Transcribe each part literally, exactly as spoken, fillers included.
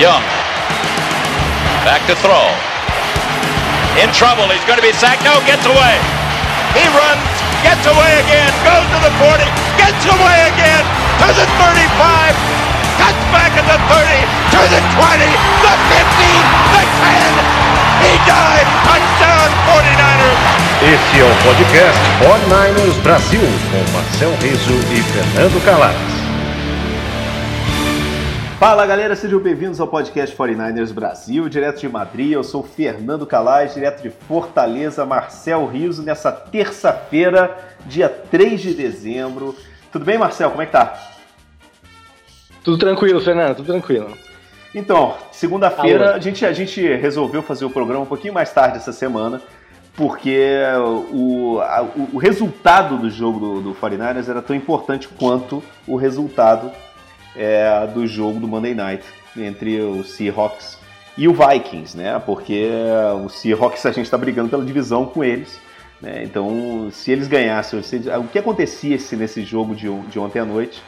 Young. Back to throw. In trouble. He's going to be sacked. No, gets away. He runs, gets away again, goes to the forty, gets away again, to the thirty-five, cuts back at the thirty, to the twenty, the fifteen, the ten. He died. Touchdown forty-niners. Esse é o podcast forty-niners Brasil, com Marcel Rizzo e Fernando Calais. Fala galera, sejam bem-vindos ao podcast forty-niners Brasil, direto de Madrid. Eu sou o Fernando Calais, direto de Fortaleza, Marcel Rizzo, nessa terça-feira, dia três de dezembro. Tudo bem, Marcel? Como é que tá? Tudo tranquilo, Fernando, tudo tranquilo. Então, segunda-feira a gente, a gente resolveu fazer o programa um pouquinho mais tarde essa semana, porque o, a, o resultado do jogo do, do forty-niners era tão importante quanto o resultado É, do jogo do Monday Night entre o Seahawks e o Vikings, né? Porque o Seahawks, a gente está brigando pela divisão com eles, né? Então, se eles ganhassem, se, o que acontecesse nesse jogo de, de ontem à noite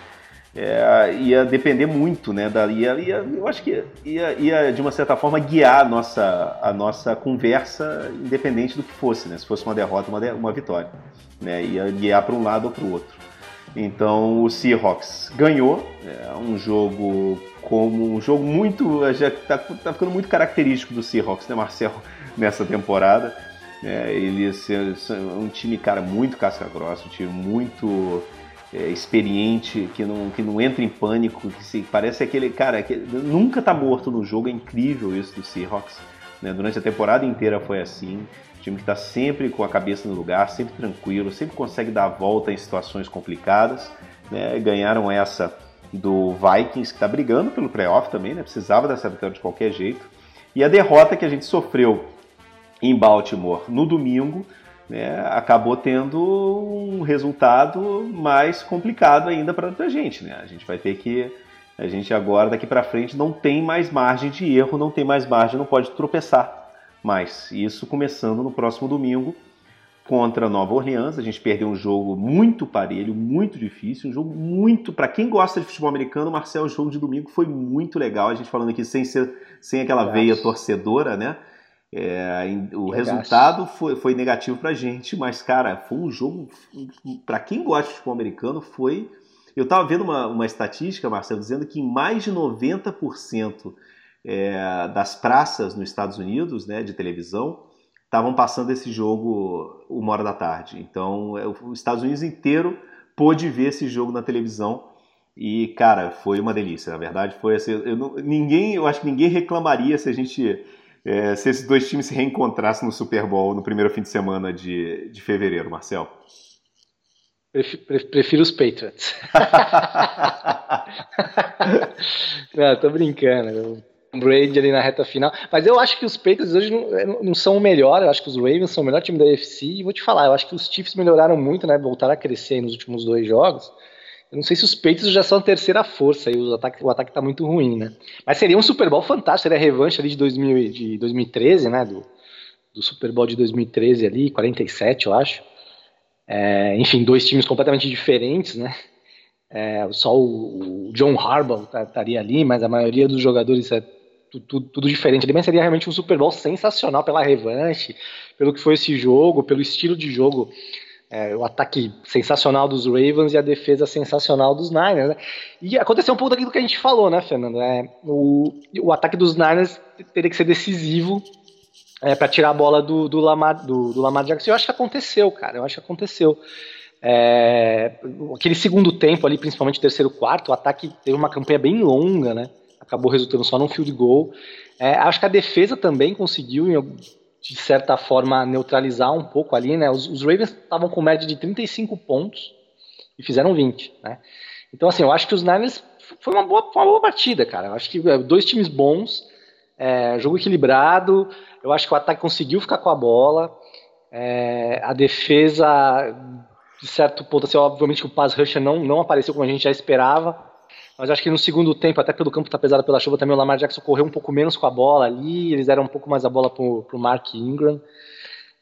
é, ia depender muito, né? Da, ia, ia, eu acho que ia, ia, de uma certa forma, guiar a nossa, a nossa conversa, independente do que fosse, né? Se fosse uma derrota, uma, uma vitória, né? Ia guiar para um lado ou para o outro. Então o Seahawks ganhou, é um jogo como um jogo muito, já está tá ficando muito característico do Seahawks, né, Marcel, nessa temporada. É, eles são um time, cara, muito casca-grossa, um time muito é, experiente, que não, que não entra em pânico, que se, parece aquele cara que nunca tá morto no jogo. É incrível isso do Seahawks, né? Durante a temporada inteira foi assim. Time que está sempre com a cabeça no lugar, sempre tranquilo, sempre consegue dar a volta em situações complicadas, né? Ganharam essa do Vikings, que está brigando pelo playoff também, né? Precisava dessa vitória de qualquer jeito. E a derrota que a gente sofreu em Baltimore no domingo, né? Acabou tendo um resultado mais complicado ainda para a gente, né? A gente vai ter que... A gente agora, daqui para frente, não tem mais margem de erro, não tem mais margem, não pode tropeçar. Mas isso começando no próximo domingo contra Nova Orleans. A gente perdeu um jogo muito parelho, muito difícil, um jogo muito... Para quem gosta de futebol americano, Marcel, o jogo de domingo foi muito legal. A gente falando aqui sem, ser, sem aquela veia torcedora, né? É, o resultado foi, foi negativo pra gente, mas, cara, foi um jogo... Para quem gosta de futebol americano, foi... Eu tava vendo uma, uma estatística, Marcel, dizendo que em mais de noventa por cento... É, das praças nos Estados Unidos, né, de televisão, estavam passando esse jogo uma hora da tarde. Então, é, os Estados Unidos inteiro pôde ver esse jogo na televisão e, cara, foi uma delícia. Na verdade, foi assim, eu não, ninguém, eu acho que ninguém reclamaria se a gente, é, se esses dois times se reencontrassem no Super Bowl no primeiro fim de semana de, de fevereiro, Marcel. Prefiro, prefiro os Patriots. Não, tô brincando. Brady ali na reta final, mas eu acho que os Patriots hoje não, não são o melhor. Eu acho que os Ravens são o melhor time da A F C, e vou te falar, eu acho que os Chiefs melhoraram muito, né, voltaram a crescer nos últimos dois jogos. Eu não sei se os Patriots já são a terceira força, e o ataque, o ataque tá muito ruim, né, mas seria um Super Bowl fantástico, seria a revanche ali de, dois mil, de dois mil e treze, né, do, do Super Bowl de dois mil e treze ali, quarenta e sete, eu acho. É, enfim, dois times completamente diferentes, né. É, só o, o John Harbaugh estaria ali, mas a maioria dos jogadores é Tudo, tudo diferente ali, mas seria realmente um Super Bowl sensacional pela revanche, pelo que foi esse jogo, pelo estilo de jogo, é, o ataque sensacional dos Ravens e a defesa sensacional dos Niners, né? E aconteceu um pouco daquilo que a gente falou, né, Fernando? É, o, o ataque dos Niners teria que ser decisivo é, para tirar a bola do, do, Lamar, do, do Lamar Jackson. Eu acho que aconteceu, cara, eu acho que aconteceu. É, aquele segundo tempo ali, principalmente terceiro quarto, o ataque teve uma campanha bem longa, né? Acabou resultando só num field goal. É, acho que a defesa também conseguiu, de certa forma, neutralizar um pouco ali, né? Os, os Ravens estavam com média de trinta e cinco pontos e fizeram vinte, né? Então, assim, eu acho que os Niners foi uma boa, uma boa partida, cara. Eu acho que dois times bons, é, jogo equilibrado. Eu acho que o ataque conseguiu ficar com a bola. É, a defesa, de certo ponto, assim, obviamente o pass rusher não, não apareceu como a gente já esperava. Mas acho que no segundo tempo, até pelo campo estar pesado pela chuva, também o Lamar Jackson correu um pouco menos com a bola ali, eles deram um pouco mais a bola pro, pro Mark Ingram.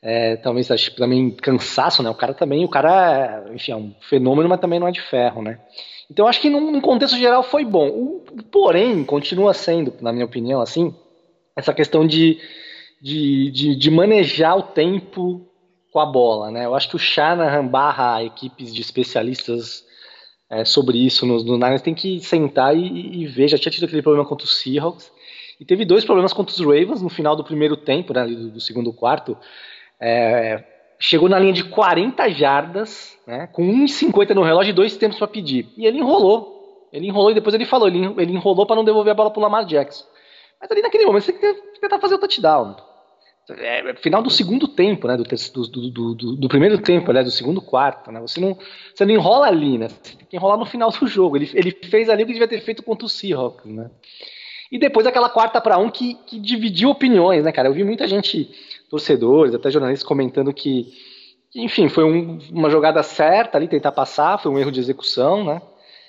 É, talvez acho também cansaço, né? O cara também, o cara, enfim, é um fenômeno, mas também não é de ferro, né? Então acho que num contexto geral foi bom. O, porém, continua sendo, na minha opinião, assim, essa questão de, de, de, de manejar o tempo com a bola, né? Eu acho que o Shanahan barra equipes de especialistas é, sobre isso nos no Niners tem que sentar e, e ver. Já tinha tido aquele problema contra os Seahawks e teve dois problemas contra os Ravens no final do primeiro tempo, né, do, do segundo quarto. É, chegou na linha de quarenta jardas, né, com um e cinquenta no relógio e dois tempos para pedir. E ele enrolou. Ele enrolou e depois ele falou, ele, ele enrolou para não devolver a bola para o Lamar Jackson. Mas ali naquele momento você tem que tentar fazer o touchdown. É, final do segundo tempo, né, do, do, do, do, do primeiro tempo, aliás, do segundo quarto, né, você não, você não enrola ali, né, você tem que enrolar no final do jogo. Ele, ele fez ali o que devia ter feito contra o Seahawks, né. E depois aquela quarta para um que, que dividiu opiniões, né, cara. Eu vi muita gente, torcedores, até jornalistas comentando que, que enfim, foi um, uma jogada certa ali, tentar passar, foi um erro de execução, né,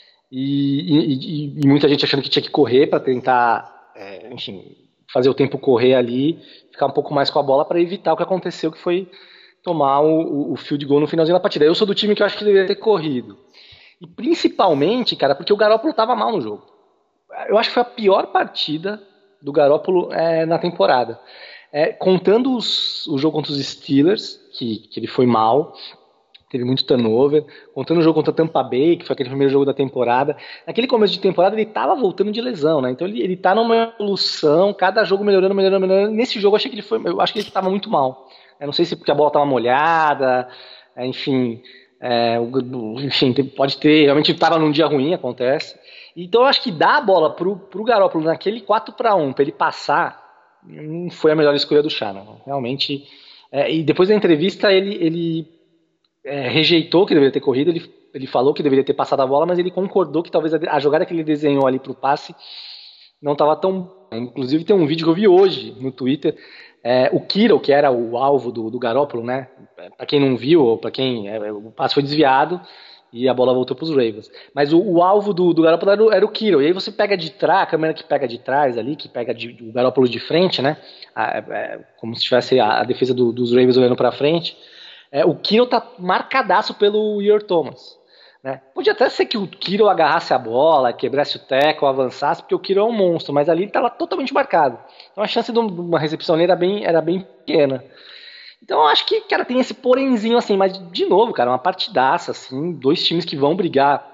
e, e, e muita gente achando que tinha que correr para tentar, é, enfim, fazer o tempo correr ali, ficar um pouco mais com a bola para evitar o que aconteceu, que foi tomar o, o field goal no finalzinho da partida. Eu sou do time que eu acho que deveria ter corrido. E principalmente, cara, porque o Garoppolo estava mal no jogo. Eu acho que foi a pior partida do Garoppolo é, na temporada. É, contando os, o jogo contra os Steelers, que, que ele foi mal, teve muito turnover, contando o jogo contra o Tampa Bay, que foi aquele primeiro jogo da temporada. Naquele começo de temporada ele estava voltando de lesão, né? Então ele, ele tá numa evolução, cada jogo melhorando, melhorando, melhorando. Nesse jogo eu achei que ele foi, eu acho que ele estava muito mal. Eu não sei se porque a bola estava molhada, é, enfim, é, enfim, pode ter, realmente estava num dia ruim, acontece. Então eu acho que dar a bola pro, pro Garoppolo naquele quatro para um, para ele passar, não foi a melhor escolha do Shanahan. Realmente, é, e depois da entrevista ele, ele é, rejeitou que deveria ter corrido, ele, ele falou que deveria ter passado a bola, mas ele concordou que talvez a, a jogada que ele desenhou ali pro passe não estava tão... Inclusive tem um vídeo que eu vi hoje no Twitter, é, o Kittle, que era o alvo do, do Garoppolo, né? Para quem não viu, ou para quem... É, o passe foi desviado, e a bola voltou para os Ravens. Mas o, o alvo do, do Garoppolo era o, era o Kittle. E aí você pega de trás, a câmera que pega de trás ali, que pega de, o Garoppolo de frente, né? A, a, como se tivesse a, a defesa do, dos Ravens olhando para frente. É, o Kittle tá marcadaço pelo Earl Thomas. Né? Podia até ser que o Kittle agarrasse a bola, quebrasse o tackle, avançasse, porque o Kittle é um monstro. Mas ali ele estava totalmente marcado. Então a chance de uma recepção ali era bem, era bem pequena. Então eu acho que, cara, tem esse porémzinho assim, mas de novo, cara, uma partidaça, assim, dois times que vão brigar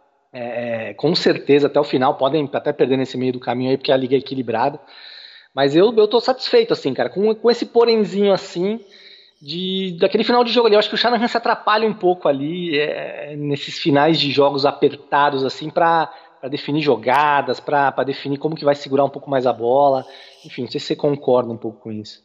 é, com certeza até o final, podem até perder nesse meio do caminho aí, porque a liga é equilibrada, mas eu, eu tô satisfeito, assim, cara, com, com esse porémzinho assim, de, daquele final de jogo ali. Eu acho que o Shanahan se atrapalha um pouco ali, é, nesses finais de jogos apertados, assim, pra, pra definir jogadas, pra, pra definir como que vai segurar um pouco mais a bola, enfim, não sei se você concorda um pouco com isso.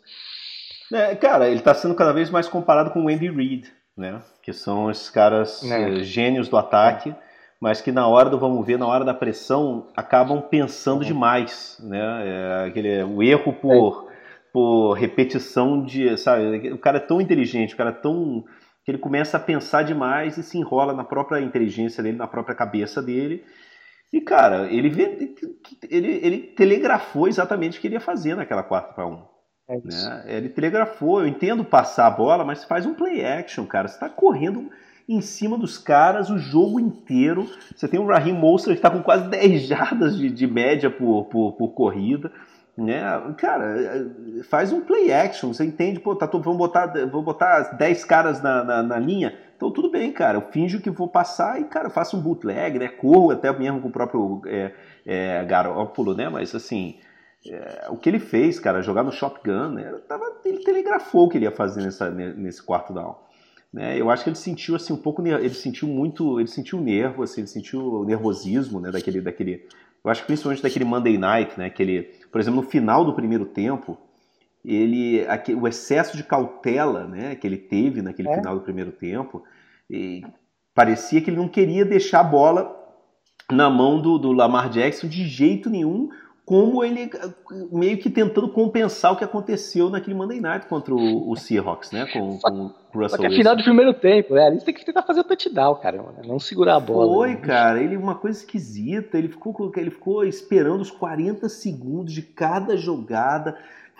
É, cara, ele está sendo cada vez mais comparado com o Andy Reid, né? Que são esses caras é. gênios do ataque, mas que na hora do vamos ver, na hora da pressão, acabam pensando é. demais, né? É, aquele, o erro por, é. por repetição de, sabe? O cara é tão inteligente, o cara é tão... que ele começa a pensar demais e se enrola na própria inteligência dele, na própria cabeça dele. E, cara, ele, ele, ele telegrafou exatamente o que ele ia fazer naquela quatro para um. É né? Ele telegrafou, eu entendo passar a bola, mas faz um play action, cara. Você tá correndo em cima dos caras o jogo inteiro. Você tem o Raheem Mostert que tá com quase dez jardas de, de média por, por, por corrida. Né? Cara, faz um play action, você entende? Pô, tá, tô, vamos botar, vou botar dez caras na, na, na linha. Então tudo bem, cara. Eu finjo que vou passar e, cara, faço um bootleg, né? Corro até mesmo com o próprio é, é, Garoppolo, né? Mas assim... É, o que ele fez, cara, jogar no shotgun, né, tava, ele telegrafou o que ele ia fazer nessa, nesse quarto down. Né, eu acho que ele sentiu assim um pouco, ele sentiu muito, ele sentiu o nervo, assim, ele sentiu o nervosismo, né, daquele, daquele, eu acho que principalmente daquele Monday Night, né, que ele, por exemplo, no final do primeiro tempo, ele, aquele, o excesso de cautela, né, que ele teve naquele é. final do primeiro tempo, e parecia que ele não queria deixar a bola na mão do, do Lamar Jackson de jeito nenhum, como ele meio que tentando compensar o que aconteceu naquele Monday Night contra o, o Seahawks, né, com, com o Russell Só que é final do primeiro tempo, né, ali você tem que tentar fazer o touchdown, cara, não segurar a bola. Foi, né? cara, ele, uma coisa esquisita, ele ficou, ele ficou esperando os quarenta segundos de cada jogada,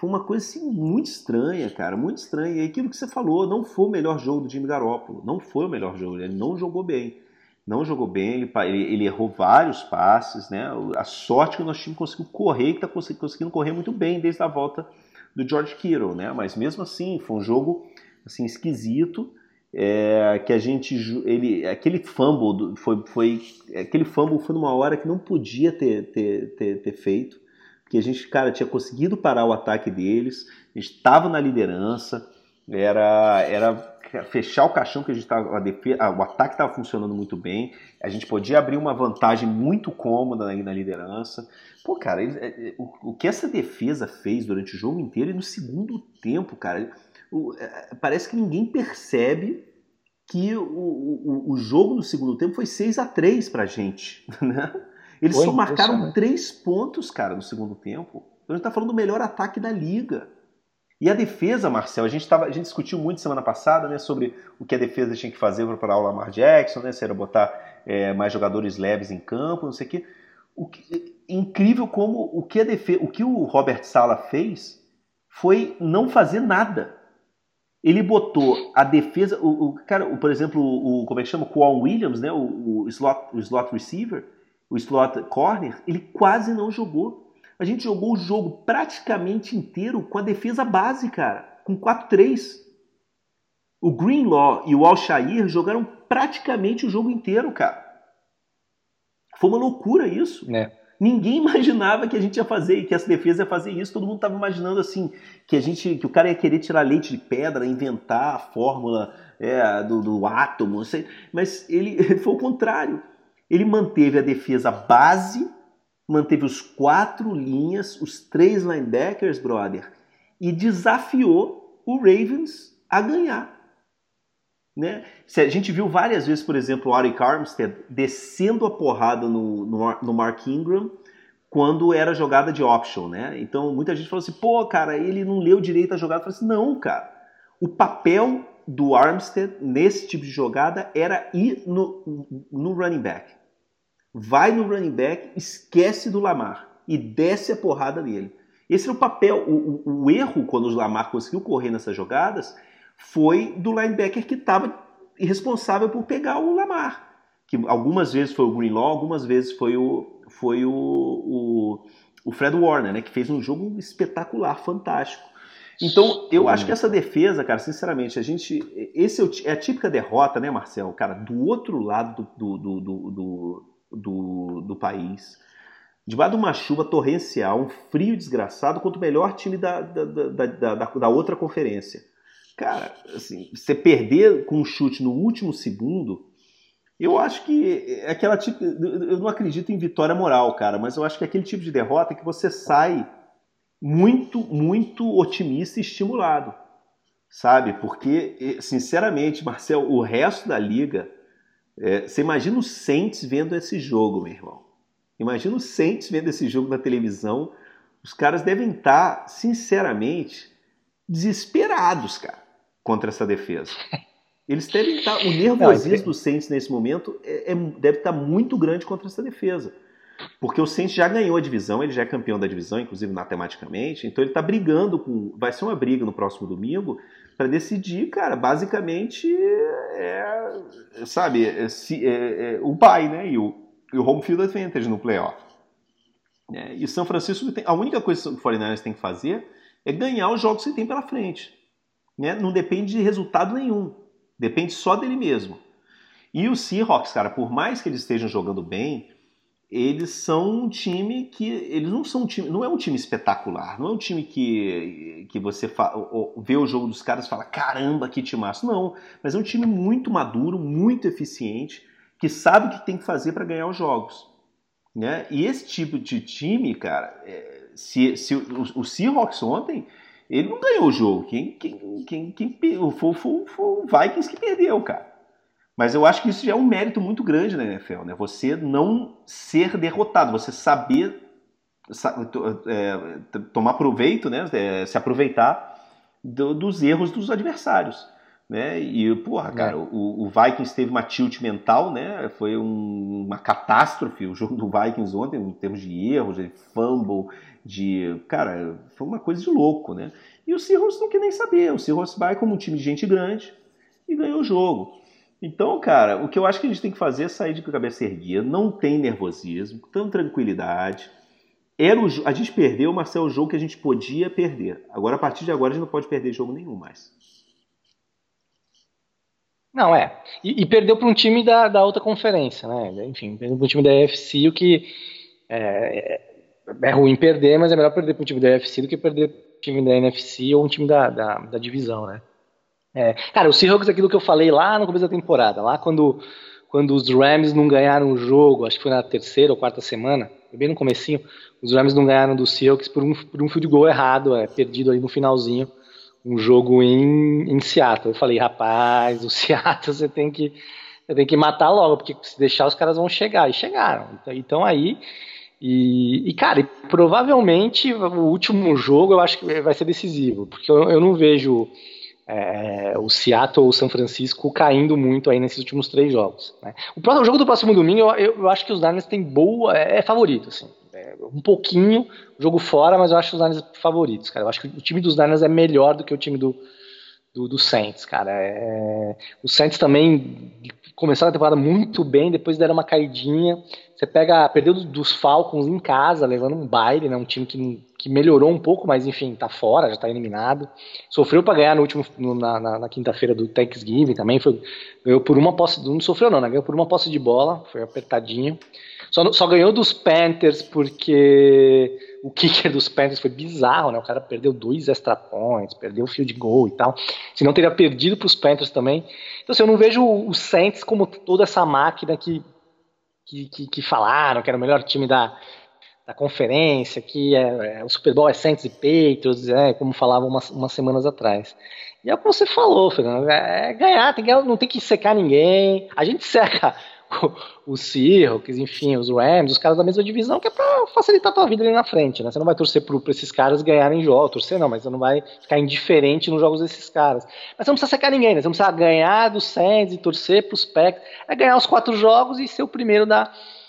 Foi uma coisa assim, muito estranha, cara, muito estranha. E aquilo que você falou, não foi o melhor jogo do Jimmy Garoppolo. Não foi o melhor jogo, ele não jogou bem. Não jogou bem, ele, ele, ele errou vários passes, né? A sorte que o nosso time conseguiu correr, que está conseguindo correr muito bem desde a volta do George Kittle, né? Mas mesmo assim, foi um jogo assim, esquisito. É, que a gente ele aquele fumble foi, foi aquele fumble foi numa hora que não podia ter, ter, ter, ter feito, porque a gente, cara, tinha conseguido parar o ataque deles, a gente estava na liderança, era, era fechar o caixão que a gente estava, o ataque estava funcionando muito bem, a gente podia abrir uma vantagem muito cômoda na, na liderança. Pô, cara, ele, o, o que essa defesa fez durante o jogo inteiro e no segundo tempo, cara, O, parece que ninguém percebe que o, o, o jogo no segundo tempo foi seis a três pra gente, né? Eles Oi, só marcaram três pontos, cara, no segundo tempo. Então a gente tá falando do melhor ataque da liga. E a defesa, Marcel, a gente, tava, a gente discutiu muito semana passada, né, sobre o que a defesa tinha que fazer para parar o Lamar Jackson, né, se era botar é, mais jogadores leves em campo, não sei o quê. O que, incrível como o que, a defesa, o que o Robert Saleh fez foi não fazer nada. Ele botou a defesa, o, o cara, o, por exemplo, o, como é que chama? O Quan Williams, né? O, o, slot, o slot receiver, o slot corner, ele quase não jogou. A gente jogou o jogo praticamente inteiro com a defesa base, cara, com quatro três. O Greenlaw e o Al-Shair jogaram praticamente o jogo inteiro, cara. Foi uma loucura isso. É. Ninguém imaginava que a gente ia fazer, que essa defesa ia fazer isso. Todo mundo estava imaginando assim, que a gente, que o cara ia querer tirar leite de pedra, inventar a fórmula é, do, do átomo, não sei. Mas ele, ele foi o contrário. Ele manteve a defesa base, manteve os quatro linhas, os três linebackers, brother, e desafiou o Ravens a ganhar. Né? A gente viu várias vezes, por exemplo, o Arik Armstead descendo a porrada no, no, no Mark Ingram quando era jogada de option, né? Então muita gente falou assim, pô, cara, ele não leu direito a jogada. Eu falei assim, não, cara, o papel do Armstead nesse tipo de jogada era ir no, no running back. Vai no running back, esquece do Lamar e desce a porrada nele. Esse era o papel, o, o, o erro quando o Lamar conseguiu correr nessas jogadas foi do linebacker que estava responsável por pegar o Lamar. Que algumas vezes foi o Greenlaw, algumas vezes foi o, foi o, o, o Fred Warner, né, que fez um jogo espetacular, fantástico. Então, eu acho que essa defesa, cara, sinceramente, a gente. Esse é a típica derrota, né, Marcel? Cara, do outro lado do, do, do, do, do, do país, debaixo de uma chuva torrencial, um frio desgraçado, contra o melhor time da, da, da, da, da, da outra conferência. Cara, assim, você perder com um chute no último segundo, eu acho que é aquela tipo. Eu não acredito em vitória moral, cara, mas eu acho que é aquele tipo de derrota que você sai muito, muito otimista e estimulado, sabe? Porque, sinceramente, Marcel, o resto da liga, é, você imagina os Saints vendo esse jogo, meu irmão. Imagina os Saints vendo esse jogo na televisão. Os caras devem estar, sinceramente, desesperados, cara, contra essa defesa. Eles devem estar, o nervosismo dos Saints nesse momento é, é, deve estar muito grande contra essa defesa. Porque o Saints já ganhou a divisão, ele já é campeão da divisão, inclusive matematicamente, então ele está brigando com. Vai ser uma briga no próximo domingo para decidir, cara, basicamente, é, sabe, é, se, é, é, o bye, né? E o, e o home field advantage no playoff. É, e o São Francisco, tem, a única coisa que o quarenta e nove tem que fazer é ganhar os jogos que tem pela frente. Né? Não depende de resultado nenhum. Depende só dele mesmo. E os Seahawks, cara, por mais que eles estejam jogando bem, eles são um time que... Eles não são um time... Não é um time espetacular. Não é um time que, que você fa, vê o jogo dos caras e fala, caramba, que timaço. Não. Mas é um time muito maduro, muito eficiente, que sabe o que tem que fazer para ganhar os jogos. Né? E esse tipo de time, cara... É, se, se o, o Seahawks ontem... Ele não ganhou o jogo. Quem, quem, quem, quem, foi, foi, foi o Vikings que perdeu, cara. Mas eu acho que isso já é um mérito muito grande na N F L, né? Você não ser derrotado, você saber é, tomar proveito, né? É, se aproveitar do, dos erros dos adversários. né? E, porra, cara, é. o, o Vikings teve uma tilt mental, né? Foi um, uma catástrofe o jogo do Vikings ontem, em termos de erros, de fumble, de... Cara, foi uma coisa de louco, né? E o Seahawks não quer nem saber. O Seahawks vai como um time de gente grande e ganhou o jogo. Então, cara, o que eu acho que a gente tem que fazer é sair de cabeça erguida, não tem nervosismo, tem tranquilidade. Era o, a gente perdeu, Marcelo, o jogo que a gente podia perder. Agora, a partir de agora, a gente não pode perder jogo nenhum mais. Não, é. E, e perdeu para um time da, da outra conferência, né? Enfim, perdeu para um time da A F C, o que é, é ruim perder, mas é melhor perder para um time da A F C do que perder para um time da N F C ou um time da, da, da divisão, né? É, cara, o Seahawks é aquilo que eu falei lá no começo da temporada, lá quando, quando os Rams não ganharam o jogo, acho que foi na terceira ou quarta semana, bem no comecinho, os Rams não ganharam do Seahawks por um, por um field goal errado, é, perdido ali no finalzinho, um jogo em, em Seattle. Eu falei, rapaz, o Seattle você tem que, você tem que matar logo, porque se deixar os caras vão chegar, e chegaram, então, então aí, e, e cara, e provavelmente o último jogo eu acho que vai ser decisivo, porque eu, eu não vejo É, o Seattle ou o São Francisco caindo muito aí nesses últimos três jogos, né? O, próximo, o jogo do próximo domingo, eu, eu, eu acho que os Niners têm boa, é, é favorito, assim, é, um pouquinho, jogo fora, mas eu acho os Niners favoritos, cara. Eu acho que o time dos Niners é melhor do que o time do, do, do Saints, cara. É, os Saints também começaram a temporada muito bem, depois deram uma caidinha. Você pega, perdeu dos Falcons em casa, levando um baile, né? Um time que, que melhorou um pouco, mas enfim, tá fora, já tá eliminado. Sofreu para ganhar no último, no, na, na, na quinta-feira do Thanksgiving também, foi, ganhou por uma posse, não sofreu não, né? Ganhou por uma posse de bola, foi apertadinho. Só, só ganhou dos Panthers porque o kicker dos Panthers foi bizarro, né? O cara perdeu dois extra points, perdeu o field goal e tal. Se não teria perdido pros Panthers também. Então assim, eu não vejo o Saints como toda essa máquina que Que, que, que falaram que era o melhor time da, da conferência, que é, é, o Super Bowl é Saints e Patriots, é, como falavam umas, umas semanas atrás. E é o que você falou, Fernando, é, é ganhar, tem que, não tem que secar ninguém. A gente seca o, o Seahawks, enfim, os Rams, os caras da mesma divisão, que é pra facilitar a tua vida ali na frente, né? Você não vai torcer pro, pra esses caras ganharem jogos, torcer não, mas você não vai ficar indiferente nos jogos desses caras. Mas você não precisa secar ninguém, né? Você não precisa ganhar do Saints e torcer pros Packers, é ganhar os quatro jogos e ser o primeiro da,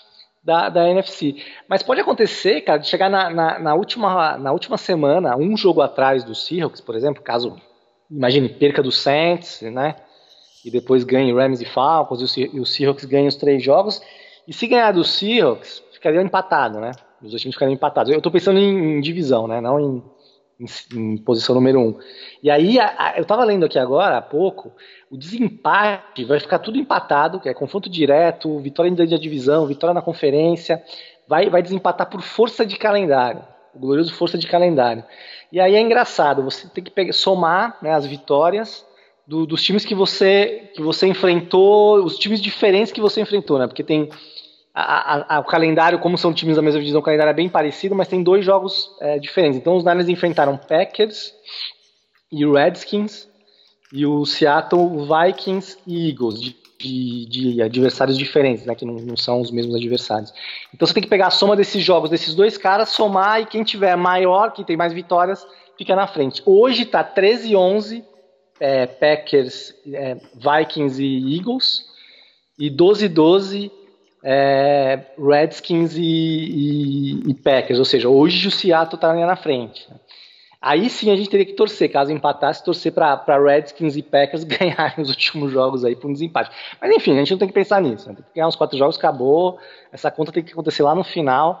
da, da N F C. Mas pode acontecer, cara, de chegar na, na, na, última, na última semana, um jogo atrás do Seahawks, por exemplo, caso, imagine, perca do Saints, né? E depois ganha Rams e Falcons, e o, Se- e o Seahawks ganha os três jogos, e se ganhar do Seahawks, ficaria empatado, né? Os dois times ficariam empatados. Eu tô pensando em, em divisão, né? Não em, em, em posição número um. E aí, a, a, eu tava lendo aqui agora, há pouco, o desempate vai ficar tudo empatado, que é confronto direto, vitória da divisão, vitória na conferência, vai, vai desempatar por força de calendário, o glorioso força de calendário. E aí é engraçado, você tem que pegar, somar, né, as vitórias Do, dos times que você, que você enfrentou, os times diferentes que você enfrentou, né? Porque tem a, a, a, o calendário, como são times da mesma divisão, o calendário é bem parecido, mas tem dois jogos é, diferentes. Então os Niners enfrentaram Packers e o Redskins, e o Seattle Vikings e Eagles, de, de, de adversários diferentes, né? Que não, não são os mesmos adversários. Então você tem que pegar a soma desses jogos, desses dois caras, somar, e quem tiver maior, quem tem mais vitórias, fica na frente. Hoje tá treze a onze, É, Packers, é, Vikings e Eagles, e doze a doze é, Redskins e, e, e Packers, ou seja, hoje o Seattle está na frente. Aí sim a gente teria que torcer, caso empatasse, torcer para Redskins e Packers ganharem os últimos jogos aí por um desempate. Mas enfim, a gente não tem que pensar nisso, né? Tem que ganhar uns quatro jogos, acabou, essa conta tem que acontecer lá no final.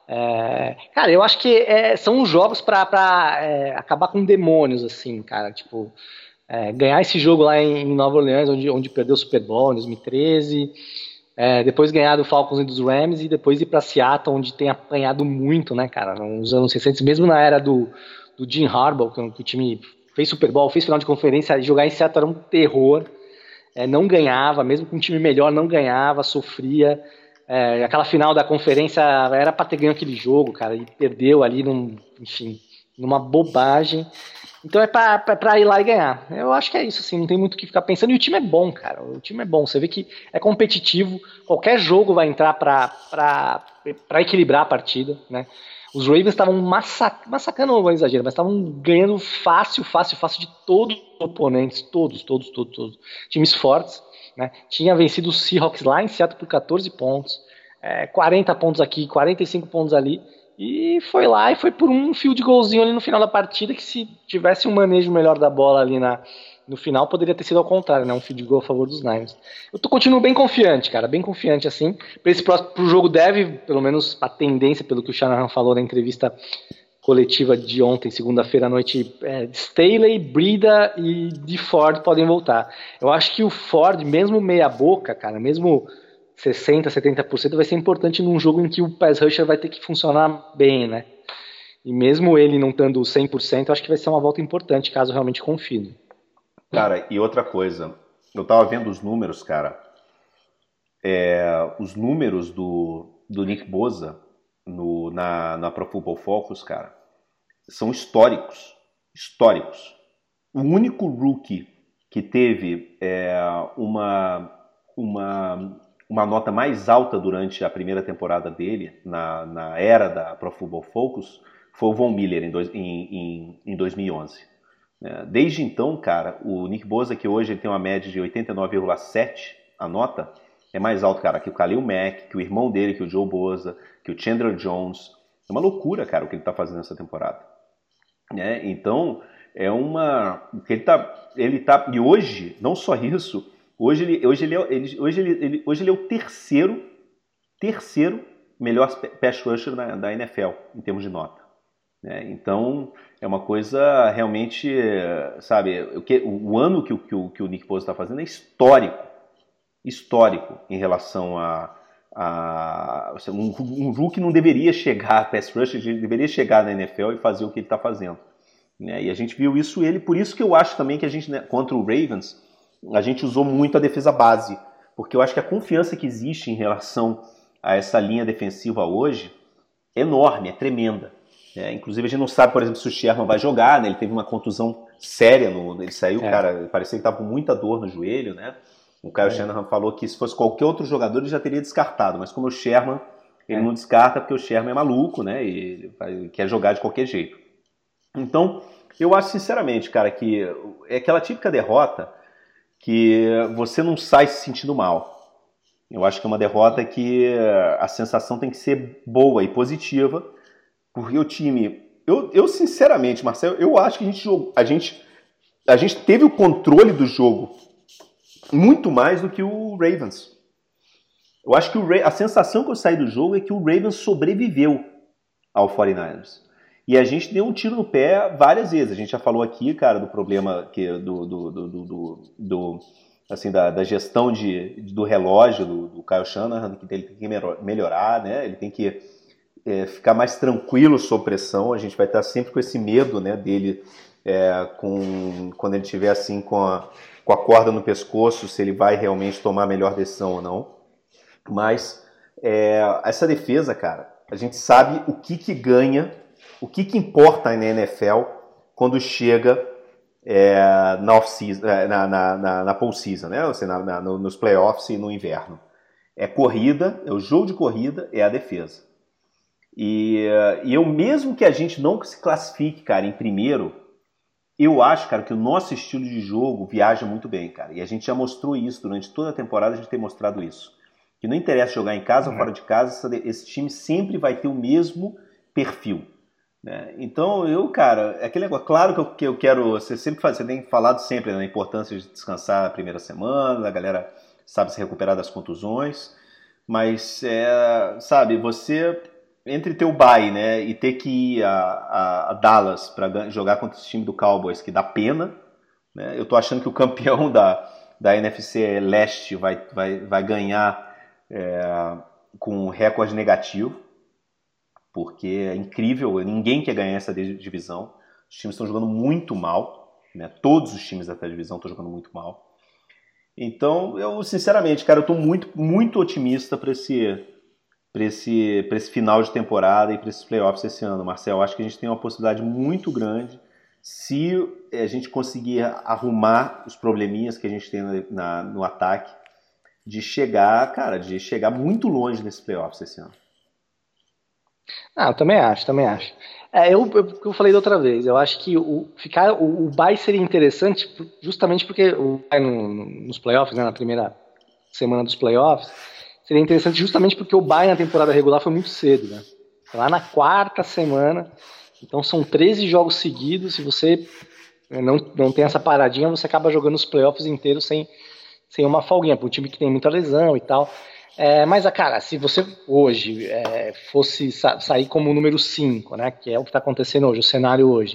É, cara, eu acho que é, são os jogos para é, acabar com demônios, assim, cara, tipo... É, ganhar esse jogo lá em, em Nova Orleans, onde, onde perdeu o Super Bowl em dois mil e treze, é, depois ganhar do Falcons e dos Rams, e depois ir para Seattle, onde tem apanhado muito, né, cara, nos anos recentes, mesmo na era do, do Jim Harbaugh, que, que o time fez Super Bowl, fez final de conferência, jogar em Seattle era um terror, é, não ganhava, mesmo com um time melhor, não ganhava, sofria, é, aquela final da conferência era para ter ganho aquele jogo, cara, e perdeu ali, num, enfim, numa bobagem. Então é pra, pra, pra ir lá e ganhar. Eu acho que é isso, assim, não tem muito o que ficar pensando. E o time é bom, cara. O time é bom. Você vê que é competitivo. Qualquer jogo vai entrar pra, pra, pra equilibrar a partida, né? Os Ravens estavam massac... massacrando, não é exagero, mas estavam ganhando fácil, fácil, fácil de todos os oponentes, todos, todos, todos, todos. Times fortes, né? Tinha vencido os Seahawks lá em Seattle por quatorze pontos, é, quarenta pontos aqui, quarenta e cinco pontos ali, e foi lá e foi por um field goalzinho ali no final da partida, que se tivesse um manejo melhor da bola ali na... no final poderia ter sido ao contrário, né? Um field goal a favor dos Niners. Eu tô, continuo bem confiante, cara, bem confiante assim. Para esse próximo pro jogo deve, pelo menos a tendência, pelo que o Shanahan falou na entrevista coletiva de ontem, segunda-feira à noite, é, Staley, Breida e de Ford podem voltar. Eu acho que o Ford, mesmo meia boca, cara, mesmo sessenta, setenta por cento, vai ser importante num jogo em que o pass rusher vai ter que funcionar bem, né? E mesmo ele não estando cem por cento, eu acho que vai ser uma volta importante, caso realmente confie. Cara, e outra coisa, eu tava vendo os números, cara, é, os números do, do Nick Bosa no, na, na Pro Football Focus, cara, são históricos, históricos. O único rookie que teve é, uma, uma, uma nota mais alta durante a primeira temporada dele, na, na era da Pro Football Focus, foi o Von Miller em, dois, em, em, em dois mil e onze. Desde então, cara, o Nick Bosa, que hoje ele tem uma média de oitenta e nove vírgula sete, a nota, é mais alto, cara, que o Khalil Mack, que o irmão dele, que o Joe Bosa, que o Chandler Jones. É uma loucura, cara, o que ele tá fazendo nessa temporada. É, então, é uma... Ele tá, ele tá... E hoje, não só isso, hoje ele, hoje ele, é, ele, hoje ele, ele, hoje ele é o terceiro, terceiro melhor pass rusher da, da N F L, em termos de nota. É, então, é uma coisa realmente, sabe, o, que, o ano que, que, o, que o Nick Bosa está fazendo é histórico, histórico em relação a, a um, um rookie não deveria chegar, pass rusher deveria chegar na N F L e fazer o que ele está fazendo. Né? E a gente viu isso ele, por isso que eu acho também que a gente, né, contra o Ravens, a gente usou muito a defesa base, porque eu acho que a confiança que existe em relação a essa linha defensiva hoje é enorme, é tremenda. É, inclusive a gente não sabe, por exemplo, se o Sherman vai jogar, né? Ele teve uma contusão séria, no, ele saiu, é. cara, parecia que estava com muita dor no joelho, né? O Kyle é. Shanahan falou que se fosse qualquer outro jogador ele já teria descartado, mas como o Sherman, ele é. não descarta porque o Sherman é maluco, né? E ele vai, quer jogar de qualquer jeito. Então, eu acho sinceramente, cara, que é aquela típica derrota que você não sai se sentindo mal. Eu acho que é uma derrota que a sensação tem que ser boa e positiva, porque o time... Eu, eu sinceramente, Marcelo, eu acho que a gente, jogou, a, gente, a gente teve o controle do jogo muito mais do que o Ravens. Eu acho que o, a sensação que eu saí do jogo é que o Ravens sobreviveu ao quarenta e nine ers. E a gente deu um tiro no pé várias vezes. A gente já falou aqui, cara, do problema que, do, do, do, do, do, do assim, da, da gestão de, do relógio do, do Kyle Shanahan, que ele tem que melhorar, né? Ele tem que é, ficar mais tranquilo sob pressão. A gente vai estar sempre com esse medo, né, dele é, com, quando ele estiver assim com a, com a corda no pescoço, se ele vai realmente tomar a melhor decisão ou não. Mas é, essa defesa, cara, a gente sabe o que, que ganha, o que, que importa na N F L quando chega é, na, off-season, na, na, na, na postseason, né? Ou seja, na, na, nos playoffs e no inverno. É corrida, é o jogo de corrida, é a defesa. E, e eu, mesmo que a gente não se classifique, cara, em primeiro, eu acho, cara, que o nosso estilo de jogo viaja muito bem, cara. E a gente já mostrou isso durante toda a temporada, a gente tem mostrado isso. Que não interessa jogar em casa ou fora de casa, esse time sempre vai ter o mesmo perfil. Né? Então, eu, cara, é aquele negócio, claro que eu, que eu quero, você sempre faz, você tem falado sempre, né, na importância de descansar a primeira semana, a galera sabe se recuperar das contusões, mas, é, sabe, você, entre ter o bye, né, e ter que ir a, a, a Dallas para jogar contra esse time do Cowboys, que dá pena, né, eu tô achando que o campeão da, da N F C Leste vai, vai, vai ganhar é, com um recorde negativo, porque é incrível, ninguém quer ganhar essa divisão. Os times estão jogando muito mal, né? Todos os times dessa divisão estão jogando muito mal. Então, eu, sinceramente, cara, eu estou muito, muito otimista para esse, para esse, para esse final de temporada e para esses playoffs esse ano, Marcel. Acho que a gente tem uma possibilidade muito grande se a gente conseguir arrumar os probleminhas que a gente tem na, na, no ataque, de chegar, cara, de chegar muito longe nesses playoffs esse ano. Ah, eu também acho, também acho. É, eu, eu, eu falei da outra vez, eu acho que o, ficar, o, o bye seria interessante justamente porque o bye no, nos playoffs, né, na primeira semana dos playoffs, seria interessante justamente porque o bye na temporada regular foi muito cedo, né? Lá na quarta semana, então são treze jogos seguidos, se você não, não tem essa paradinha, você acaba jogando os playoffs inteiros sem, sem uma folguinha, para um time que tem muita lesão e tal. É, mas, cara, se você hoje é, fosse sa sair como número cinco, né, que é o que está acontecendo hoje, o cenário hoje,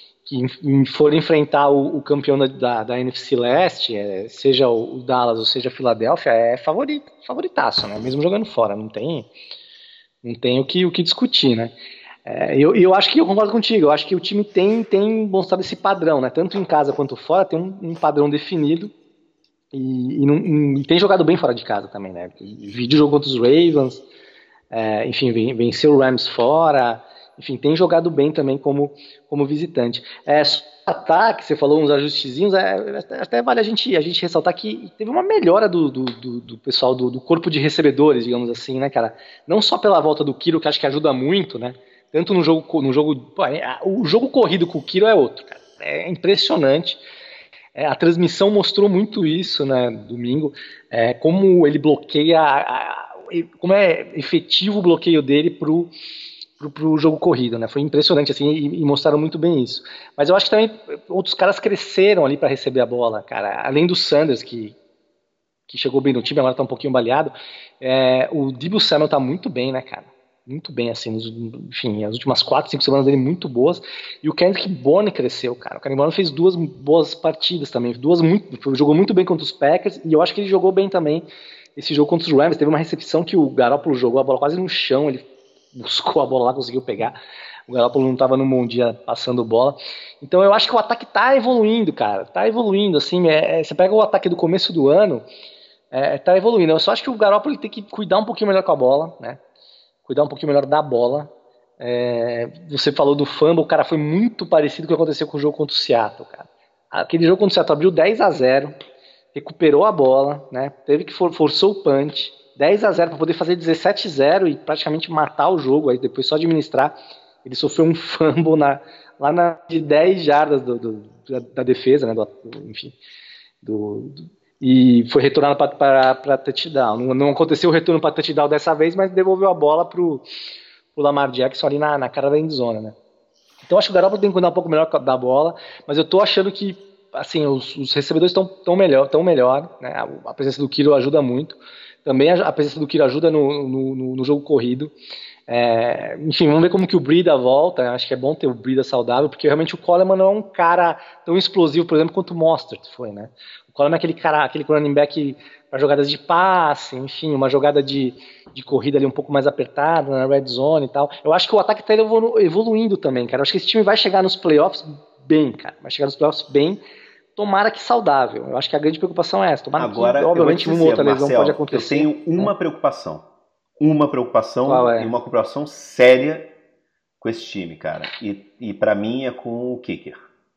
que for enfrentar o, o campeão da, da, da N F C Leste, é, seja o, o Dallas ou seja a Filadélfia, é favorito, favoritaço, né, mesmo jogando fora, não tem, não tem o, que, o que discutir, né. É, eu, eu acho que eu concordo contigo, eu acho que o time tem, tem mostrado esse padrão, né, tanto em casa quanto fora, tem um, um padrão definido. E, e, não, e tem jogado bem fora de casa também, né? Vídeo jogo contra os Ravens, é, enfim, venceu o Rams fora, enfim, tem jogado bem também como, como visitante. É, só ataque, você falou uns ajustezinhos, é, até vale a gente, a gente ressaltar que teve uma melhora do, do, do, do pessoal, do, do corpo de recebedores, digamos assim, né, cara? Não só pela volta do Kiro, que acho que ajuda muito, né? Tanto no jogo, no jogo, pô, o jogo corrido com o Kiro é outro, cara. É impressionante. É, a transmissão mostrou muito isso, né, domingo, é, como ele bloqueia, a, a, como é efetivo o bloqueio dele pro, pro, pro jogo corrido, né, foi impressionante, assim, e, e mostraram muito bem isso. Mas eu acho que também outros caras cresceram ali para receber a bola, cara, além do Sanders, que, que chegou bem no time, agora tá um pouquinho baleado, é, o Deebo Samuel tá muito bem, né, cara. Muito bem, assim, nos, enfim, as últimas quatro, cinco semanas dele muito boas. E o Kendrick Bourne cresceu, cara. O Kendrick Bourne fez duas boas partidas também. Duas muito, jogou muito bem contra os Packers. E eu acho que ele jogou bem também esse jogo contra os Rams. Teve uma recepção que o Garoppolo jogou a bola quase no chão. Ele buscou a bola lá, conseguiu pegar. O Garoppolo não estava no bom dia passando bola. Então eu acho que o ataque tá evoluindo, cara. Tá evoluindo, assim. É, é, você pega o ataque do começo do ano, é, tá evoluindo. Eu só acho que o Garoppolo tem que cuidar um pouquinho melhor com a bola, né? Cuidar um pouquinho melhor da bola. É, você falou do fumble, cara, foi muito parecido com o que aconteceu com o jogo contra o Seattle, cara. Aquele jogo contra o Seattle abriu dez a zero, recuperou a bola, né? Teve que for, forçou o punch, dez a zero para poder fazer dezessete a zero e praticamente matar o jogo, aí depois só administrar. Ele sofreu um fumble na, lá na, de dez jardas do, do, da, da defesa, né? Do, do, enfim, do, do e foi retornado para touchdown. Não, não aconteceu o retorno para touchdown dessa vez, mas devolveu a bola para o Lamar Jackson ali na, na cara da endzone, né? Então acho que o Garoppolo tem que cuidar um pouco melhor da bola, mas eu tô achando que assim, os, os recebedores estão tão melhor, tão melhor, né? A, a presença do Kiro ajuda muito. Também a, a presença do Kiro ajuda no, no, no, no jogo corrido. É, enfim, vamos ver como que o Breida volta. Acho que é bom ter o Breida saudável, porque realmente o Coleman não é um cara tão explosivo, por exemplo, quanto o Mostert foi, né? O Coleman é aquele cara, aquele running back para jogadas de passe, enfim, uma jogada de, de corrida ali um pouco mais apertada, na red zone e tal. Eu acho que o ataque está evolu evoluindo também, cara. Eu acho que esse time vai chegar nos playoffs bem, cara. Vai chegar nos playoffs bem. Tomara que saudável. Eu acho que a grande preocupação é essa. Tomara Agora, que, obviamente, uma outra lesão Marcel, pode acontecer. Eu tenho uma né? preocupação. Uma preocupação é? e uma preocupação séria com esse time, cara. E, e para mim é com o kicker.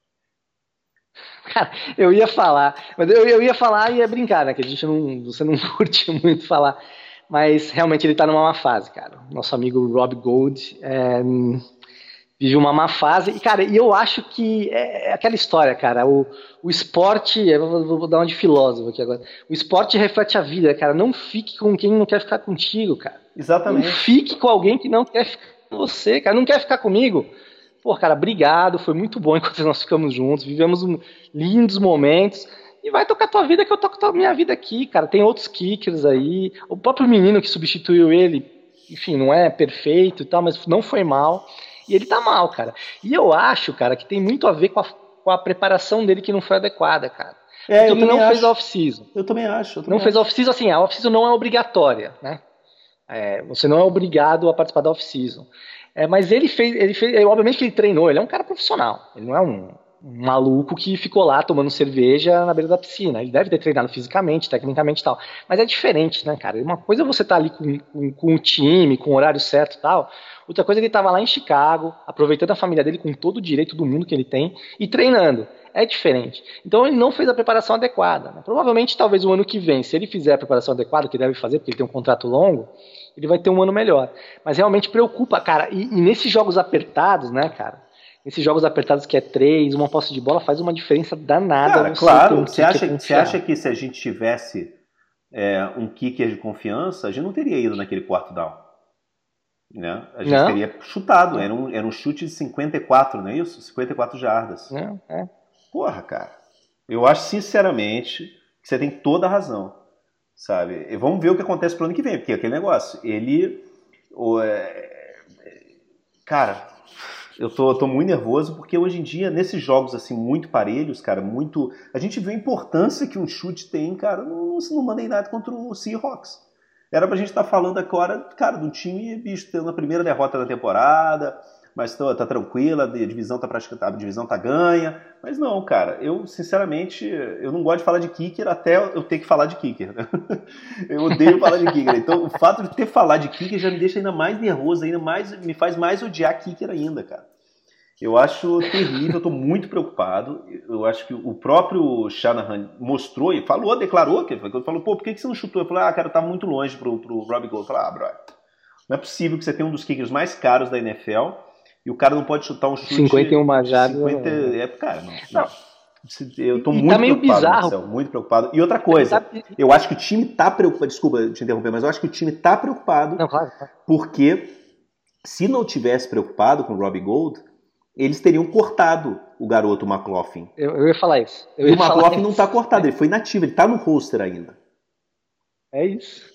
Cara, eu ia falar, mas eu, eu ia falar e ia brincar, né? Que a gente não, você não curte muito falar, mas realmente ele tá numa má fase, cara. Nosso amigo Rob Gold é, vive uma má fase, e cara, e eu acho que é aquela história, cara, o, o esporte, eu vou, vou dar uma de filósofo aqui agora, o esporte reflete a vida, cara, não fique com quem não quer ficar contigo, cara. Exatamente. Não fique com alguém que não quer ficar com você, cara, não quer ficar comigo. Pô, cara, obrigado, foi muito bom enquanto nós ficamos juntos, vivemos um, lindos momentos, e vai tocar tua vida que eu toco a minha vida aqui, cara. Tem outros kickers aí, o próprio menino que substituiu ele, enfim, não é perfeito e tal, mas não foi mal, e ele tá mal, cara. E eu acho, cara, que tem muito a ver com a, com a preparação dele que não foi adequada, cara. É, Porque eu ele não acho. fez a off-season. Eu também acho. Eu também não acho. fez a off-season, assim, a off-season não é obrigatória, né? É, você não é obrigado a participar da off-season. É, mas ele fez, ele fez, é, obviamente que ele treinou, ele é um cara profissional, ele não é um, um maluco que ficou lá tomando cerveja na beira da piscina, ele deve ter treinado fisicamente, tecnicamente e tal, mas é diferente, né, cara? Uma coisa é você tá ali com, com, com o time, com o horário certo e tal, outra coisa é ele tava lá em Chicago, aproveitando a família dele com todo o direito do mundo que ele tem, e treinando. é diferente. Então ele não fez a preparação adequada. Né? Provavelmente, talvez o ano que vem, se ele fizer a preparação adequada, que ele deve fazer, porque ele tem um contrato longo, ele vai ter um ano melhor. Mas realmente preocupa, cara. E, e nesses jogos apertados, né, cara? Nesses jogos apertados que é três, uma posse de bola faz uma diferença danada. Cara, claro. Você acha, você acha que se a gente tivesse é, um kicker de confiança, a gente não teria ido naquele quarto down? Né? A gente não. teria chutado. Era um, era um chute de cinquenta e quatro, não é isso? cinquenta e quatro jardas. Não, é. Porra, cara. Eu acho, sinceramente, que você tem toda a razão. Sabe? E vamos ver o que acontece pro ano que vem, porque aquele negócio, ele... O, é, cara, eu tô, tô muito nervoso, porque hoje em dia, nesses jogos assim, muito parelhos, cara, muito... A gente vê a importância que um chute tem, cara, no, no Monday Night contra o Seahawks. Era pra gente estar tá falando agora, cara, do time, bicho, tendo a primeira derrota da temporada, mas tá, tá tranquila, a divisão tá, a divisão tá ganha. Mas não, cara, eu, sinceramente, eu não gosto de falar de kicker até eu ter que falar de kicker. Né? Eu odeio falar de kicker. Então, o fato de ter falar de kicker já me deixa ainda mais nervoso, ainda mais, me faz mais odiar kicker ainda, cara. Eu acho terrível, eu tô muito preocupado. Eu acho que o próprio Shanahan mostrou e falou, declarou, que ele falou, pô, por que você não chutou? Eu falei, ah, cara, tá muito longe pro, pro Robbie Gould. Eu falei, ah, brother, não é possível que você tenha um dos kickers mais caros da N F L e o cara não pode chutar um chute... cinquenta e uma jardas. cinquenta, é, cara, não. não. não. Eu tô e muito tá meio preocupado, bizarro. Marcelo, muito preocupado. E outra coisa, eu acho que o time tá preocupado, desculpa te interromper, mas eu acho que o time tá preocupado não, claro, claro. porque se não tivesse preocupado com o Robbie Gould, eles teriam cortado o garoto McLaughlin. Eu, eu ia falar isso. Eu e ia o McLaughlin não tá cortado, ele foi inativo, ele tá no roster ainda. É isso.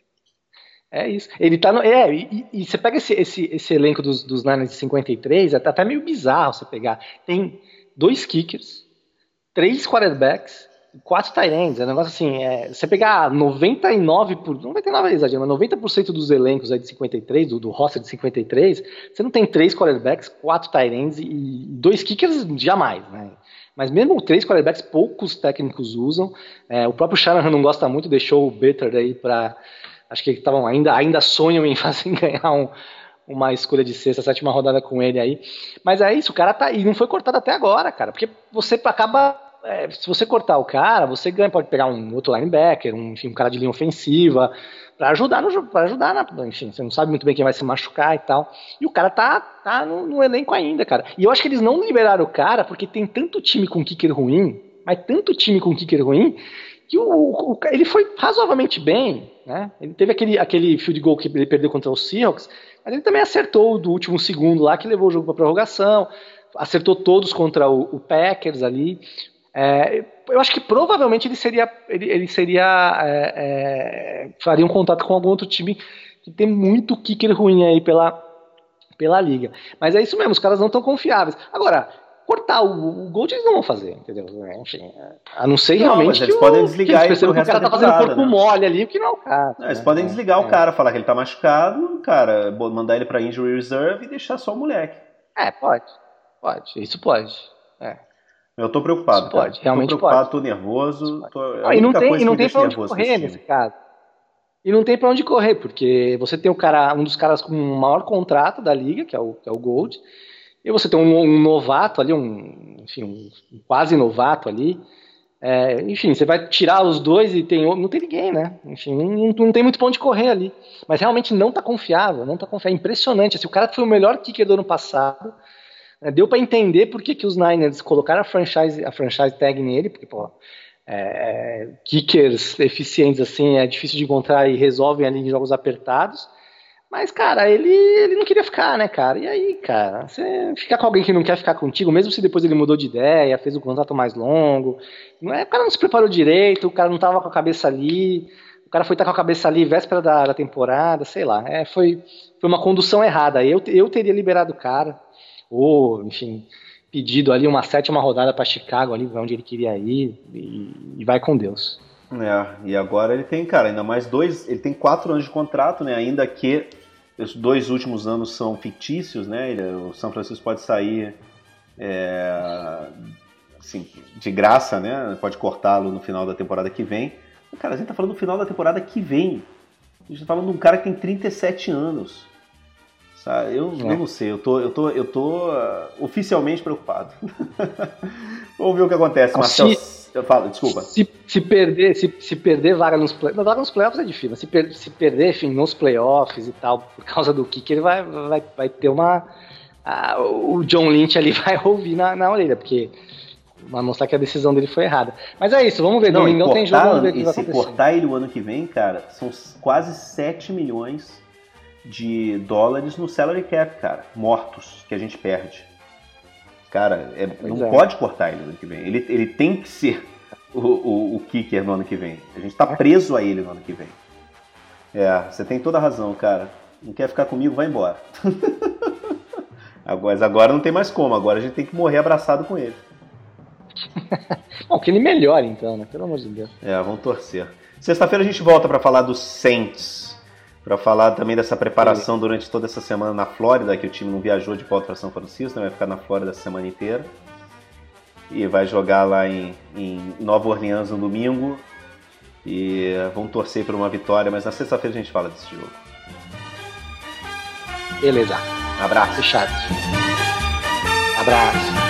É isso. Ele tá no. É, e, e você pega esse, esse, esse elenco dos, dos Niners de cinquenta e três, é até meio bizarro você pegar. Tem dois kickers, três quarterbacks, quatro tight ends. É um negócio assim. É, você pegar noventa e nove por cento, noventa e nove por cento é exagero, mas noventa por cento dos elencos aí de cinquenta e três, do, do roster de cinquenta e três, você não tem três quarterbacks, quatro tight ends e dois kickers jamais, né? Mas mesmo três quarterbacks, poucos técnicos usam. É, o próprio Shanahan não gosta muito, deixou o Better aí para. Acho que estavam ainda, ainda sonham em fazer ganhar um, uma escolha de sexta, sétima rodada com ele aí. Mas é isso, o cara tá. E não foi cortado até agora, cara. Porque você acaba. É, se você cortar o cara, você ganha, pode pegar um outro linebacker, um, enfim, um cara de linha ofensiva, pra ajudar no jogo, para ajudar na. Enfim, você não sabe muito bem quem vai se machucar e tal. E o cara tá, tá no, no elenco ainda, cara. E eu acho que eles não liberaram o cara porque tem tanto time com kicker ruim, mas tanto time com kicker ruim, que o, o, ele foi razoavelmente bem, né? Ele teve aquele, aquele field goal que ele perdeu contra os Seahawks, mas ele também acertou do último segundo lá, que levou o jogo para prorrogação, acertou todos contra o, o Packers ali. É, eu acho que provavelmente ele seria, ele, ele seria é, é, faria um contato com algum outro time que tem muito kicker ruim aí pela, pela liga. Mas é isso mesmo, os caras não estão confiáveis. Agora, cortar o, o Gold eles não vão fazer, entendeu? Enfim, a não ser realmente não, mas eles que podem o, desligar que eles percebam que o cara tá fazendo corpo né? mole ali, o que não é o caso. Não, eles né? podem desligar é, o cara, falar que ele tá machucado, cara, mandar ele pra injury reserve e deixar só o moleque. É, pode, pode, isso pode, é. Eu tô preocupado, isso pode, cara. realmente tô preocupado, pode. tô nervoso. Tô... Não, e não tem, e não tem pra onde correr nesse caso. E não tem pra onde correr, porque você tem o cara, um dos caras com o maior contrato da liga, que é o, que é o Gold, e você tem um, um novato ali, um, enfim, um, um quase novato ali. É, enfim, você vai tirar os dois e tem, não tem ninguém, né? Enfim, não, não tem muito pra onde correr ali. Mas realmente não tá confiável, não tá confiável. É impressionante. Assim, o cara foi o melhor kicker do ano passado. Deu para entender por que, que os Niners colocaram a franchise, a franchise tag nele, porque, pô, é, kickers eficientes assim é difícil de encontrar e resolvem ali em jogos apertados. Mas, cara, ele, ele não queria ficar, né, cara? E aí, cara, você ficar com alguém que não quer ficar contigo, mesmo se depois ele mudou de ideia, fez um contrato mais longo, não é, o cara não se preparou direito, o cara não tava com a cabeça ali, o cara foi estar com a cabeça ali véspera da, da temporada, sei lá, é, foi, foi uma condução errada. Eu, eu teria liberado o cara, ou, enfim, pedido ali uma sétima rodada para Chicago, ali onde ele queria ir, e, e vai com Deus. É, e agora ele tem, cara, ainda mais dois, ele tem quatro anos de contrato, né, ainda que os dois últimos anos são fictícios, né, ele, o São Francisco pode sair é, assim, de graça, né, pode cortá-lo no final da temporada que vem. Cara, a gente tá falando do final da temporada que vem, a gente tá falando de um cara que tem trinta e sete anos. Sabe? Eu, é. eu não sei, eu tô, eu tô, eu tô uh, oficialmente preocupado. Vamos ver o que acontece, Marcelo. Se, eu falo, desculpa. Se, se, perder, se, se perder vaga nos playoffs. Vaga nos playoffs é difícil, mas se, per, se perder, enfim, nos playoffs e tal, por causa do kick, ele vai, vai, vai ter uma. A, o John Lynch ali vai ouvir na, na orelha, porque vai mostrar que a decisão dele foi errada. Mas é isso, vamos ver. Não, Domingão tem jogo, vamos ver o que e vai se acontecer. cortar ele o ano que vem, cara, são quase sete milhões de dólares no salary cap, cara, mortos, que a gente perde. Cara, é, não é. pode cortar ele no ano que vem. Ele, ele tem que ser o, o, o kicker no ano que vem. A gente tá preso a ele no ano que vem. É, você tem toda a razão, cara. Não quer ficar comigo, vai embora. Mas agora não tem mais como. Agora a gente tem que morrer abraçado com ele. Bom, que ele melhore então, né? Pelo amor de Deus. É, vamos torcer. Sexta-feira a gente volta para falar dos Saints. Para falar também dessa preparação durante toda essa semana na Flórida, que o time não viajou de volta para São Francisco, né? Vai ficar na Flórida a semana inteira. E vai jogar lá em, em Nova Orleans no domingo. E vamos torcer por uma vitória, mas na sexta-feira a gente fala desse jogo. Beleza. Abraço. Fechado. Abraço.